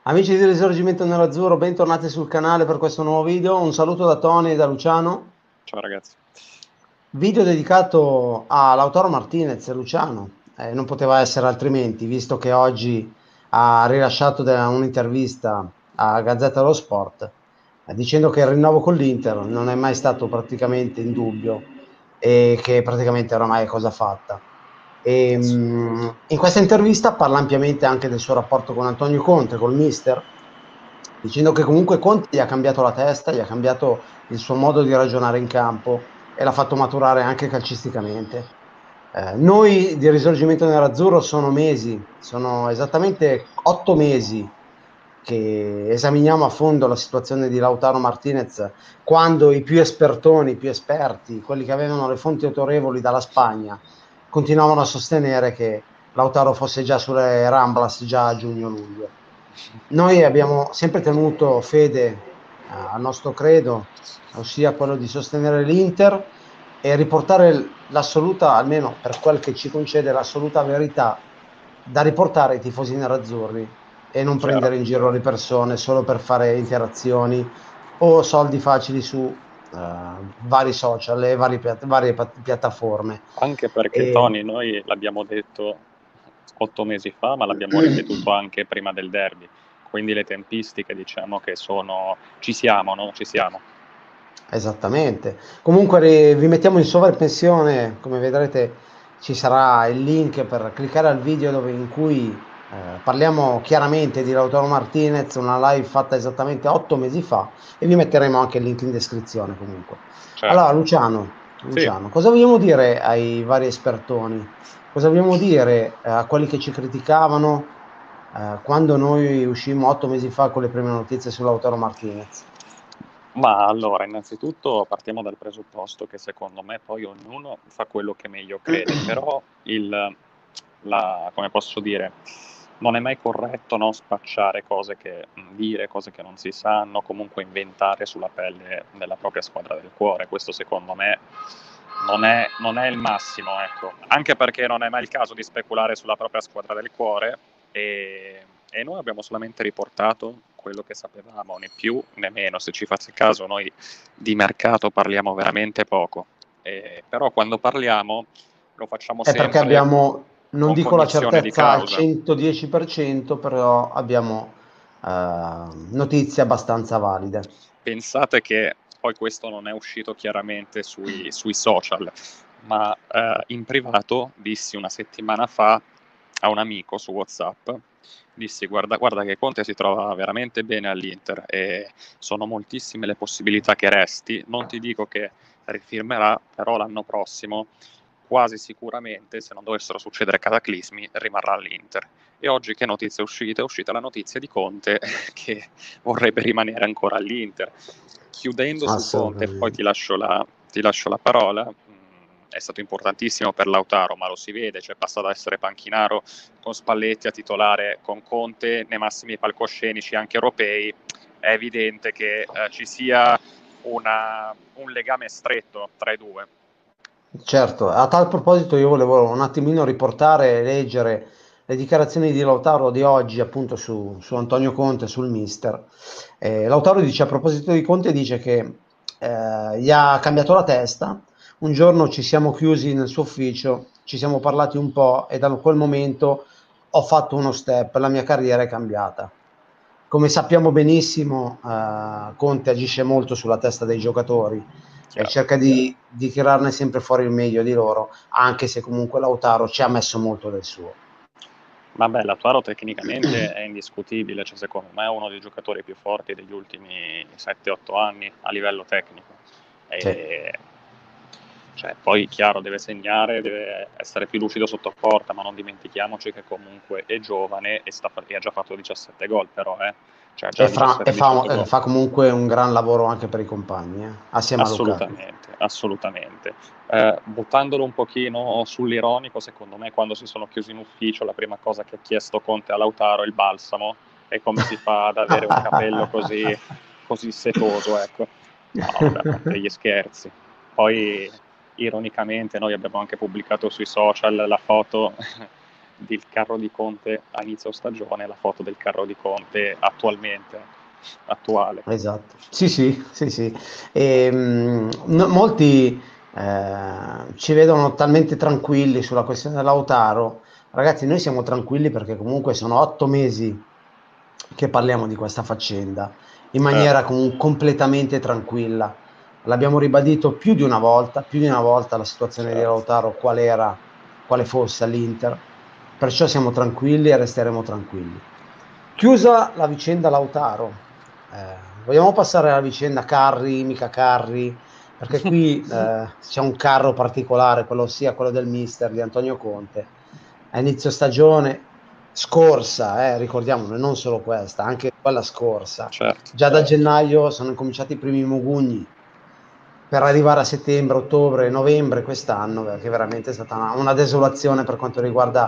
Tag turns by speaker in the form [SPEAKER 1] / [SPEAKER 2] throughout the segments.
[SPEAKER 1] Amici di Risorgimento Nerazzurro, bentornati sul canale per questo nuovo video. Un saluto da Tony e da Luciano.
[SPEAKER 2] Ciao ragazzi.
[SPEAKER 1] Video dedicato a Lautaro Martinez e Luciano. Non poteva essere altrimenti, visto che oggi ha rilasciato un'intervista a Gazzetta dello Sport, dicendo che il rinnovo con l'Inter non è mai stato praticamente in dubbio e che praticamente oramai è cosa fatta. In questa intervista parla ampiamente anche del suo rapporto con Antonio Conte, col mister, dicendo che comunque Conte gli ha cambiato la testa, gli ha cambiato il suo modo di ragionare in campo e l'ha fatto maturare anche calcisticamente. Noi di Risorgimento Nerazzurro sono esattamente 8 mesi che esaminiamo a fondo la situazione di Lautaro Martinez, quando i più espertoni, i più esperti, quelli che avevano le fonti autorevoli dalla Spagna, continuavano a sostenere che Lautaro fosse già sulle Ramblas già a giugno-luglio. Noi abbiamo sempre tenuto fede al nostro credo, ossia quello di sostenere l'Inter e riportare l'assoluta, almeno per quel che ci concede, l'assoluta verità da riportare ai tifosi nerazzurri e non
[SPEAKER 2] Chiaro.
[SPEAKER 1] prendere in giro le persone solo per fare interazioni o soldi facili su vari social e varie piattaforme.
[SPEAKER 2] Anche perché
[SPEAKER 1] E,
[SPEAKER 2] Tony, noi l'abbiamo detto 8 mesi fa, ma l'abbiamo ripetuto anche prima del derby. Quindi le tempistiche diciamo che sono... Ci siamo, no? Ci siamo.
[SPEAKER 1] Esattamente. Comunque vi mettiamo in sovraimpressione, come vedrete ci sarà il link per cliccare al video in cui parliamo chiaramente di Lautaro Martinez, una live fatta esattamente 8 mesi fa e vi metteremo anche il link in descrizione comunque. Allora
[SPEAKER 2] Certo. Sì.
[SPEAKER 1] Luciano, cosa vogliamo dire ai vari espertoni? Cosa vogliamo dire a quelli che ci criticavano quando noi uscimmo 8 mesi fa con le prime notizie su Lautaro Martinez?
[SPEAKER 2] Ma allora, innanzitutto partiamo dal presupposto che secondo me poi ognuno fa quello che meglio crede, però come posso dire, non è mai corretto, no, spacciare cose dire cose che non si sanno, comunque inventare sulla pelle della propria squadra del cuore. Questo secondo me non è il massimo, ecco. Anche perché non è mai il caso di speculare sulla propria squadra del cuore e noi abbiamo solamente riportato quello che sapevamo, né più né meno. Se ci fate caso, noi di mercato parliamo veramente poco, però quando parliamo lo facciamo
[SPEAKER 1] È perché
[SPEAKER 2] sempre
[SPEAKER 1] abbiamo, non
[SPEAKER 2] con
[SPEAKER 1] dico la
[SPEAKER 2] cognizione di
[SPEAKER 1] certezza al
[SPEAKER 2] causa.
[SPEAKER 1] 110%, però abbiamo notizie abbastanza valide.
[SPEAKER 2] Pensate che poi questo non è uscito chiaramente sui social, ma in privato dissi una settimana fa a un amico su WhatsApp, dissi guarda, guarda che Conte si trova veramente bene all'Inter e sono moltissime le possibilità che resti, non ti dico che rifirmerà, però l'anno prossimo quasi sicuramente, se non dovessero succedere cataclismi, rimarrà all'Inter. E oggi che notizia è uscita? È uscita la notizia di Conte che vorrebbe rimanere ancora all'Inter. Chiudendo su Conte, poi
[SPEAKER 1] Assolutamente.
[SPEAKER 2] ti lascio la parola. È stato importantissimo per Lautaro, ma lo si vede, cioè passa da essere panchinaro con Spalletti a titolare con Conte nei massimi palcoscenici anche europei. È evidente che ci sia un legame stretto tra i due.
[SPEAKER 1] Certo, a tal proposito io volevo un attimino riportare e leggere le dichiarazioni di Lautaro di oggi appunto su Antonio Conte, sul mister. Lautaro dice a proposito di Conte, dice che gli ha cambiato la testa, un giorno ci siamo chiusi nel suo ufficio, ci siamo parlati un po' e da quel momento ho fatto uno step, la mia carriera è cambiata. Come sappiamo benissimo, Conte agisce molto sulla testa dei giocatori e
[SPEAKER 2] Chiaro.
[SPEAKER 1] cerca di tirarne sempre fuori il meglio di loro, anche se comunque Lautaro ci ha messo molto del suo.
[SPEAKER 2] Vabbè, Lautaro tecnicamente è indiscutibile, cioè secondo me è uno dei giocatori più forti degli ultimi 7-8 anni a livello tecnico.
[SPEAKER 1] Sì.
[SPEAKER 2] E, cioè, poi chiaro, deve segnare, deve essere più lucido sotto porta, ma non dimentichiamoci che comunque è giovane e ha già fatto 17 gol, però, cioè ha già
[SPEAKER 1] E, fra- e fa,
[SPEAKER 2] 17-18 gol.
[SPEAKER 1] fa comunque un gran lavoro anche per i compagni, assieme a Lukaku.
[SPEAKER 2] Assolutamente, assolutamente. Buttandolo un pochino sull'ironico, secondo me quando si sono chiusi in ufficio la prima cosa che ha chiesto Conte a Lautaro è il balsamo e come si fa ad avere un capello così setoso, ecco. No, vabbè, a parte gli scherzi. Poi, ironicamente, noi abbiamo anche pubblicato sui social la foto del carro di Conte a inizio stagione e la foto del carro di Conte attuale.
[SPEAKER 1] Esatto, sì, sì, sì, sì. Molti ci vedono talmente tranquilli sulla questione dell'Lautaro. Ragazzi, noi siamo tranquilli perché comunque sono 8 mesi che parliamo di questa faccenda in maniera
[SPEAKER 2] Certo,
[SPEAKER 1] completamente tranquilla. L'abbiamo ribadito più di una volta la situazione di
[SPEAKER 2] certo.
[SPEAKER 1] Lautaro, qual era, quale fosse all'Inter, perciò siamo tranquilli e resteremo tranquilli. Chiusa la vicenda Lautaro, vogliamo passare alla vicenda Carri, mica Carri, perché qui c'è un carro particolare, quello sia quello del mister di Antonio Conte. A inizio stagione scorsa, ricordiamolo, non solo questa, anche quella scorsa.
[SPEAKER 2] Certo.
[SPEAKER 1] Già da gennaio sono incominciati i primi mugugni per arrivare a settembre, ottobre, novembre quest'anno, che veramente è stata una desolazione per quanto riguarda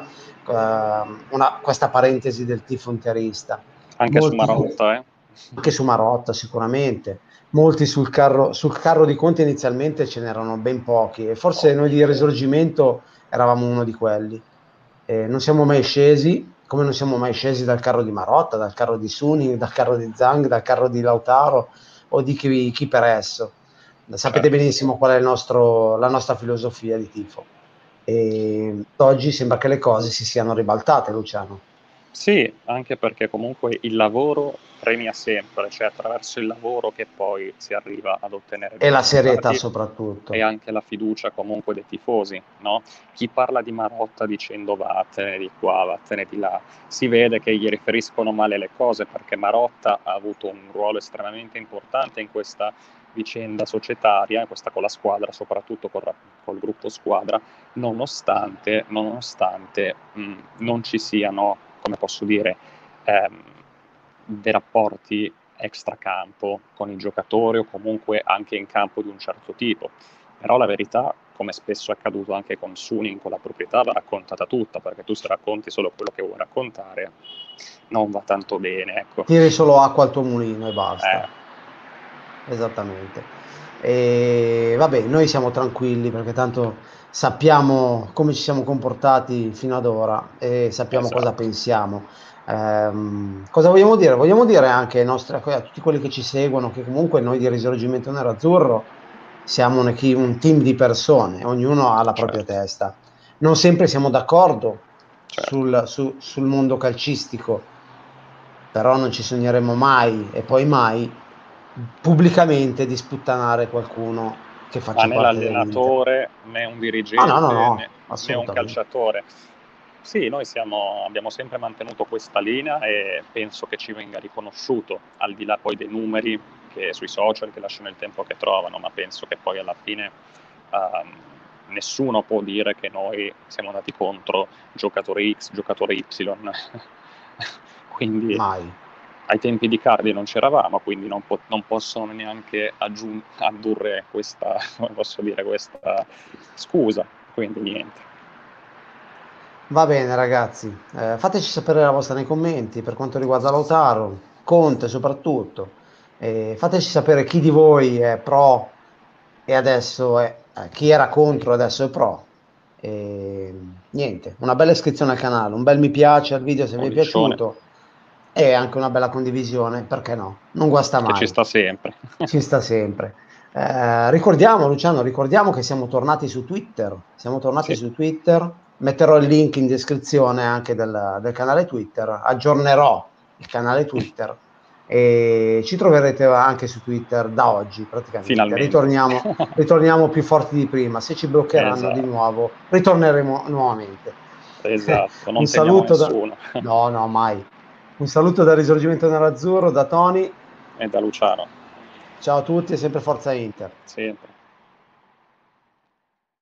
[SPEAKER 1] questa parentesi del tifo interista.
[SPEAKER 2] Anche su
[SPEAKER 1] Molti,
[SPEAKER 2] Marotta,
[SPEAKER 1] anche su Marotta sicuramente, molti sul carro di Conte inizialmente ce n'erano ben pochi e forse noi di Risorgimento eravamo uno di quelli. Non siamo mai scesi, come non siamo mai scesi dal carro di Marotta, dal carro di Suni, dal carro di Zhang, dal carro di Lautaro o di chi per esso. Sapete
[SPEAKER 2] Certo.
[SPEAKER 1] benissimo qual è la nostra filosofia di tifo. E oggi sembra che le cose si siano ribaltate, Luciano.
[SPEAKER 2] Sì, anche perché comunque il lavoro premia sempre, cioè attraverso il lavoro che poi si arriva ad ottenere dei
[SPEAKER 1] E la serietà
[SPEAKER 2] risultati e
[SPEAKER 1] soprattutto.
[SPEAKER 2] anche la fiducia comunque dei tifosi, no? Chi parla di Marotta dicendo vattene di qua, vattene di là, si vede che gli riferiscono male le cose perché Marotta ha avuto un ruolo estremamente importante in questa vicenda societaria, questa con la squadra, soprattutto col gruppo squadra, nonostante non ci siano, come posso dire, dei rapporti extracampo con i giocatori o comunque anche in campo di un certo tipo. Però la verità, come spesso è accaduto anche con Suning, con la proprietà, va raccontata tutta, perché tu se racconti solo quello che vuoi raccontare non va tanto bene, ecco.
[SPEAKER 1] Tiri solo acqua al tuo mulino e basta.
[SPEAKER 2] Eh,
[SPEAKER 1] Esattamente. E vabbè, noi siamo tranquilli perché tanto sappiamo come ci siamo comportati fino ad ora e sappiamo cosa
[SPEAKER 2] esatto,
[SPEAKER 1] pensiamo. Cosa vogliamo dire? Vogliamo dire anche a tutti quelli che ci seguono che comunque noi di Risorgimento Nerazzurro siamo un team di persone, ognuno ha la propria
[SPEAKER 2] certo,
[SPEAKER 1] testa. Non sempre siamo d'accordo
[SPEAKER 2] certo.
[SPEAKER 1] sul mondo calcistico, però non ci sogneremo mai e poi mai pubblicamente di sputtanare qualcuno che
[SPEAKER 2] Ma
[SPEAKER 1] faccia
[SPEAKER 2] né
[SPEAKER 1] parte dell'Inter.
[SPEAKER 2] l'allenatore, né un
[SPEAKER 1] Ah, no, no,
[SPEAKER 2] dirigente,
[SPEAKER 1] no,
[SPEAKER 2] né un
[SPEAKER 1] assolutamente.
[SPEAKER 2] calciatore. Sì, noi abbiamo sempre mantenuto questa linea e penso che ci venga riconosciuto, al di là poi dei numeri che sui social che lasciano il tempo che trovano, ma penso che poi alla fine ehm, nessuno può dire che noi siamo andati contro giocatore X, giocatore Y. Quindi
[SPEAKER 1] Mai.
[SPEAKER 2] ai tempi di Cardi non c'eravamo, quindi non possono neanche addurre questa, come posso dire, questa scusa, quindi niente.
[SPEAKER 1] Va bene, ragazzi. Fateci sapere la vostra nei commenti per quanto riguarda Lautaro, Conte soprattutto. Fateci sapere chi di voi è pro e adesso chi era contro e adesso è pro. E, niente, una bella iscrizione al canale, un bel mi piace al video se vi è
[SPEAKER 2] Pollicione,
[SPEAKER 1] piaciuto e anche una bella condivisione, perché no? Non guasta
[SPEAKER 2] che ci
[SPEAKER 1] mai,
[SPEAKER 2] sta sempre.
[SPEAKER 1] ci sta sempre. Ricordiamo, Luciano, ricordiamo che siamo tornati su Twitter. Siamo tornati
[SPEAKER 2] Sì,
[SPEAKER 1] su Twitter. Metterò il link in descrizione anche del canale Twitter. Aggiornerò il canale Twitter e ci troverete anche su Twitter da oggi praticamente.
[SPEAKER 2] finalmente.
[SPEAKER 1] Ritorniamo più forti di prima. Se ci bloccheranno di
[SPEAKER 2] Esatto,
[SPEAKER 1] nuovo, ritorneremo nuovamente.
[SPEAKER 2] esatto,
[SPEAKER 1] Un
[SPEAKER 2] non temiamo
[SPEAKER 1] saluto da...
[SPEAKER 2] nessuno.
[SPEAKER 1] No, no, mai. Un saluto dal Risorgimento Nerazzurro, da Tony.
[SPEAKER 2] E da Luciano,
[SPEAKER 1] Ciao a tutti e sempre Forza Inter.
[SPEAKER 2] sempre.